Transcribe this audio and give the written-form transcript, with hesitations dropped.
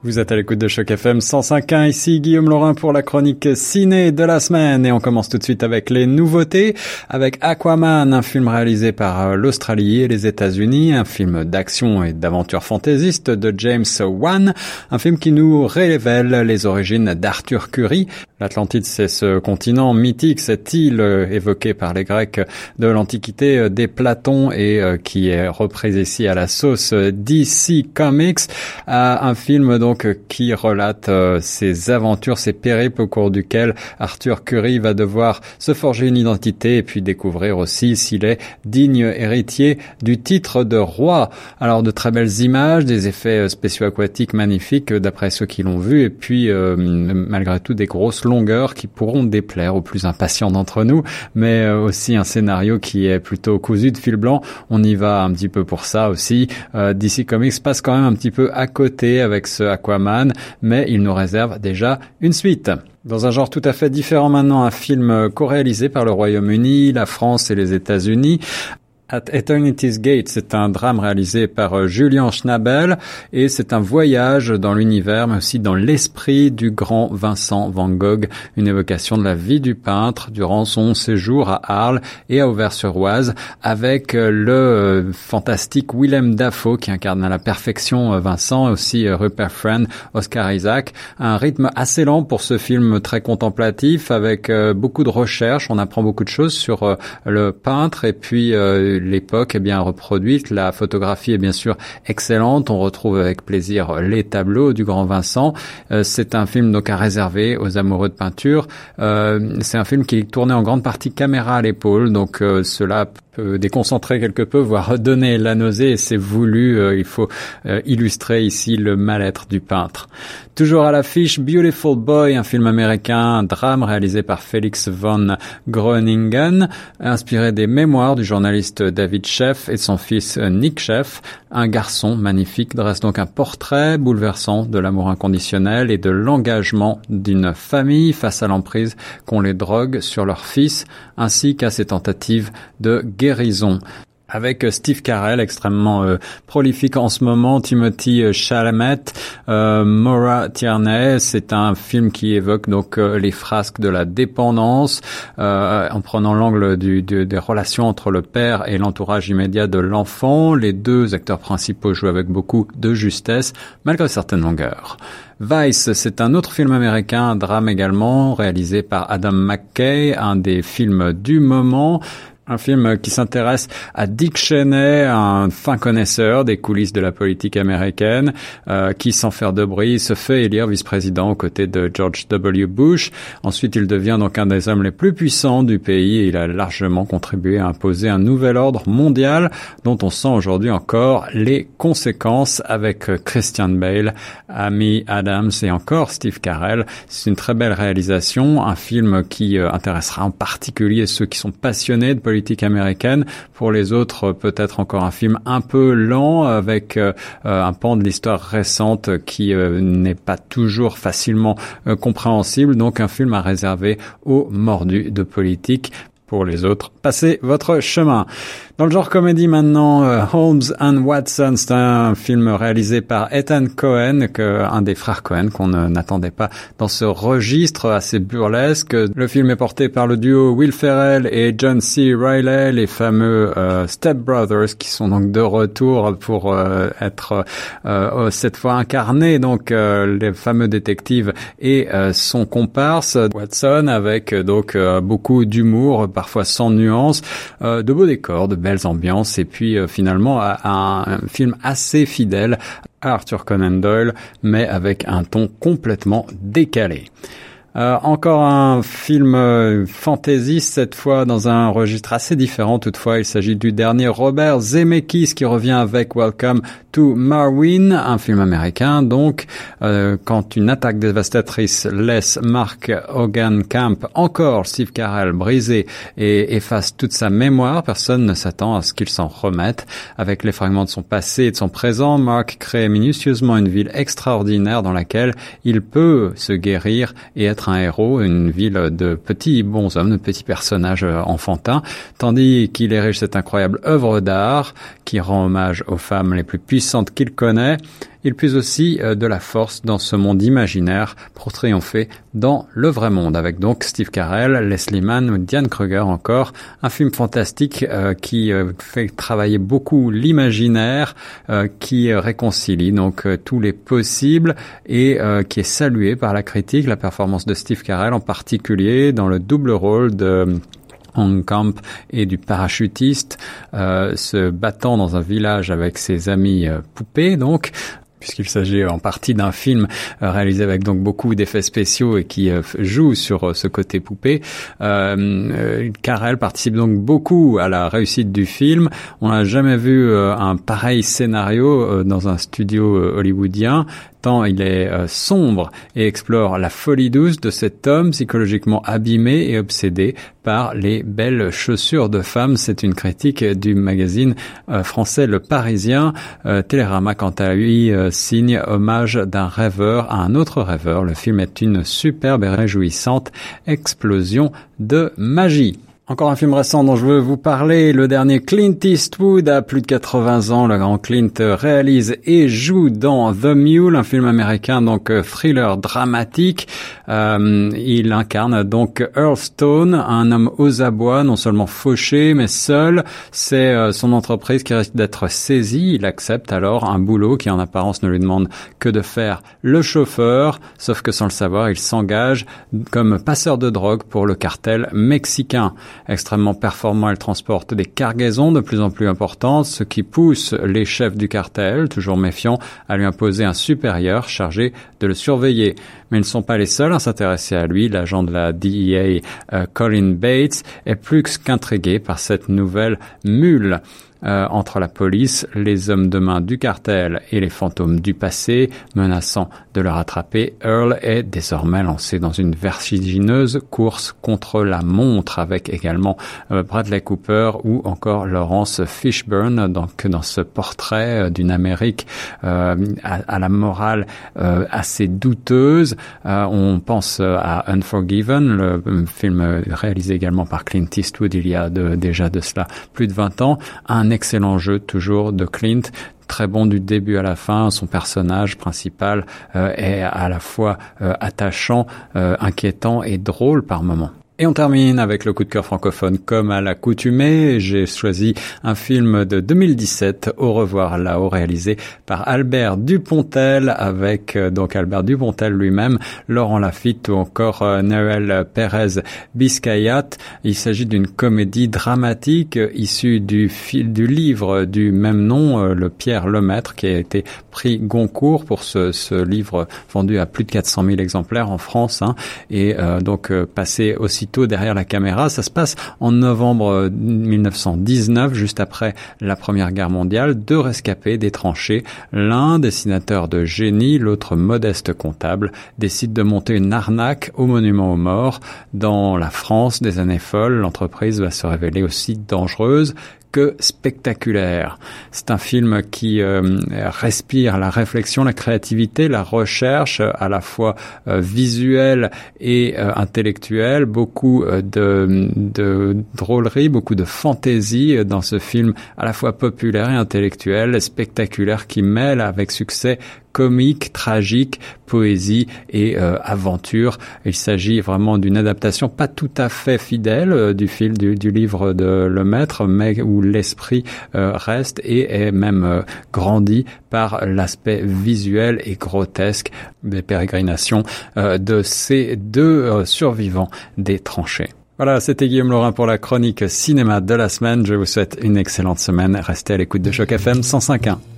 Vous êtes à l'écoute de Choc FM 105.1, ici Guillaume Laurin pour la chronique ciné de la semaine. Et on commence tout de suite avec les nouveautés, avec Aquaman, un film réalisé par l'Australie et les États-Unis, un film d'action et d'aventure fantaisiste de James Wan, un film qui nous révèle les origines d'Arthur Curry. L'Atlantide, c'est ce continent mythique, cette île évoquée par les Grecs de l'Antiquité des Platon et qui est reprise ici à la sauce DC Comics. Un film donc qui relate ses aventures, ses périples au cours duquel Arthur Curry va devoir se forger une identité et puis découvrir aussi s'il est digne héritier du titre de roi. Alors de très belles images, des effets spéciaux aquatiques magnifiques d'après ceux qui l'ont vu et puis malgré tout des grosses longueurs qui pourront déplaire aux plus impatients d'entre nous, mais aussi un scénario qui est plutôt cousu de fil blanc. On y va un petit peu pour ça aussi. DC Comics passe quand même un petit peu à côté avec ce Aquaman, mais il nous réserve déjà une suite. Dans un genre tout à fait différent maintenant, un film co-réalisé par le Royaume-Uni, la France et les États-Unis. At Eternity's Gate, c'est un drame réalisé par Julian Schnabel et c'est un voyage dans l'univers mais aussi dans l'esprit du grand Vincent van Gogh, une évocation de la vie du peintre durant son séjour à Arles et à Auvers-sur-Oise avec le fantastique Willem Dafoe qui incarne à la perfection Vincent et aussi Rupert Friend, Oscar Isaac. Un rythme assez lent pour ce film très contemplatif avec beaucoup de recherches, on apprend beaucoup de choses sur le peintre et puis l'époque est bien reproduite, la photographie est bien sûr excellente, on retrouve avec plaisir les tableaux du grand Vincent. C'est un film donc à réserver aux amoureux de peinture. C'est un film qui est tourné en grande partie caméra à l'épaule, donc cela peut déconcentrer quelque peu, voire donner la nausée, et c'est voulu, il faut illustrer ici le mal-être du peintre. Toujours à l'affiche, Beautiful Boy, un film américain, un drame réalisé par Felix von Groeningen, inspiré des mémoires du journaliste David Sheff et de son fils Nick Sheff. Un garçon magnifique dresse donc un portrait bouleversant de l'amour inconditionnel et de l'engagement d'une famille face à l'emprise qu'ont les drogues sur leur fils, ainsi qu'à ses tentatives de guérison. Avec Steve Carell, extrêmement prolifique en ce moment, Timothy Chalamet, Maura Tierney. C'est un film qui évoque donc les frasques de la dépendance, en prenant l'angle des relations entre le père et l'entourage immédiat de l'enfant. Les deux acteurs principaux jouent avec beaucoup de justesse, malgré certaines longueurs. Vice, c'est un autre film américain, un drame également, réalisé par Adam McKay, un des films du moment. Un film qui s'intéresse à Dick Cheney, un fin connaisseur des coulisses de la politique américaine, qui, sans faire de bruit, se fait élire vice-président aux côtés de George W. Bush. Ensuite, il devient donc un des hommes les plus puissants du pays et il a largement contribué à imposer un nouvel ordre mondial dont on sent aujourd'hui encore les conséquences avec Christian Bale, Amy Adams et encore Steve Carell. C'est une très belle réalisation, un film qui intéressera en particulier ceux qui sont passionnés de politique américaine. Pour les autres, peut-être encore un film un peu lent avec un pan de l'histoire récente qui n'est pas toujours facilement compréhensible. Donc un film à réserver aux mordus de politique. Pour les autres, passez votre chemin. Dans le genre comédie maintenant, Holmes and Watson, c'est un film réalisé par Ethan Coen, un des frères Coen qu'on n'attendait pas dans ce registre assez burlesque. Le film est porté par le duo Will Ferrell et John C. Reilly, les fameux Step Brothers, qui sont donc de retour pour être cette fois incarnés, donc les fameux détectives et son comparse Watson, avec donc beaucoup d'humour, parfois sans nuance, de beaux décors, de belles ambiances et puis finalement un film assez fidèle à Arthur Conan Doyle mais avec un ton complètement décalé. Encore un film fantasy, cette fois dans un registre assez différent. Toutefois, il s'agit du dernier Robert Zemeckis qui revient avec Welcome to Marwin, un film américain. Donc, quand une attaque dévastatrice laisse Mark Hogan Camp, encore Steve Carell, brisé et efface toute sa mémoire, personne ne s'attend à ce qu'il s'en remette. Avec les fragments de son passé et de son présent, Mark crée minutieusement une ville extraordinaire dans laquelle il peut se guérir et être un héros, une ville de petits bonshommes, de petits personnages enfantins, tandis qu'il érige cette incroyable œuvre d'art qui rend hommage aux femmes les plus puissantes qu'il connaît. il puise aussi de la force dans ce monde imaginaire pour triompher dans le vrai monde, avec donc Steve Carell, Leslie Mann ou Diane Kruger encore. Un film fantastique qui fait travailler beaucoup l'imaginaire, qui réconcilie donc tous les possibles et qui est salué par la critique. La performance de Steve Carell en particulier dans le double rôle de Hong Camp et du parachutiste, se battant dans un village avec ses amis poupées, donc, puisqu'il s'agit en partie d'un film réalisé avec donc beaucoup d'effets spéciaux et qui joue sur ce côté poupée. Carell participe donc beaucoup à la réussite du film. On n'a jamais vu un pareil scénario dans un studio hollywoodien, tant il est sombre et explore la folie douce de cet homme psychologiquement abîmé et obsédé par les belles chaussures de femmes. C'est une critique du magazine français Le Parisien. Télérama, quant à lui, signe hommage d'un rêveur à un autre rêveur. Le film est une superbe et réjouissante explosion de magie. Encore un film récent dont je veux vous parler, le dernier Clint Eastwood, à plus de 80 ans, le grand Clint réalise et joue dans The Mule, un film américain, donc thriller dramatique. Il incarne donc Earl Stone, un homme aux abois, non seulement fauché, mais seul. C'est son entreprise qui risque d'être saisie. Il accepte alors un boulot qui en apparence ne lui demande que de faire le chauffeur, sauf que sans le savoir, il s'engage comme passeur de drogue pour le cartel mexicain. Extrêmement performant, il transporte des cargaisons de plus en plus importantes, ce qui pousse les chefs du cartel, toujours méfiants, à lui imposer un supérieur chargé de le surveiller. Mais ils ne sont pas les seuls à s'intéresser à lui. L'agent de la DEA, Colin Bates, est plus qu'intrigué par cette nouvelle mule. Entre la police, les hommes de main du cartel et les fantômes du passé, menaçant de le rattraper, Earl est désormais lancé dans une vertigineuse course contre la montre, avec également Bradley Cooper ou encore Laurence Fishburne, donc dans ce portrait d'une Amérique à la morale assez douteuse. On pense à Unforgiven, le film réalisé également par Clint Eastwood il y a déjà de cela plus de 20 ans. Un excellent jeu toujours de Clint, très bon du début à la fin. Son personnage principal est à la fois attachant, inquiétant et drôle par moments. Et on termine avec le coup de cœur francophone comme à l'accoutumée. J'ai choisi un film de 2017, Au revoir là-haut, réalisé par Albert Dupontel, avec donc Albert Dupontel lui-même, Laurent Lafitte ou encore Noël Pérez Biscayat. Il s'agit d'une comédie dramatique issue du livre du même nom, le Pierre Lemaître, qui a été prix Goncourt pour ce livre vendu à plus de 400 000 exemplaires en France, et donc passé aussitôt derrière la caméra. Ça se passe en novembre 1919, juste après la Première Guerre mondiale. Deux rescapés des tranchées, l'un dessinateur de génie, l'autre modeste comptable, décident de monter une arnaque au monument aux morts. Dans la France des années folles, l'entreprise va se révéler aussi dangereuse que spectaculaire. C'est un film qui respire la réflexion, la créativité, la recherche, à la fois visuelle et intellectuelle. Beaucoup de drôlerie, beaucoup de fantaisie dans ce film à la fois populaire et intellectuel, spectaculaire, qui mêle avec succès comique, tragique, poésie et aventure. Il s'agit vraiment d'une adaptation pas tout à fait fidèle du livre de Lemaître, mais où l'esprit reste et est même grandi par l'aspect visuel et grotesque des pérégrinations de ces deux survivants des tranchées. Voilà, c'était Guillaume Laurin pour la chronique cinéma de la semaine. Je vous souhaite une excellente semaine. Restez à l'écoute de Choc FM 105.1.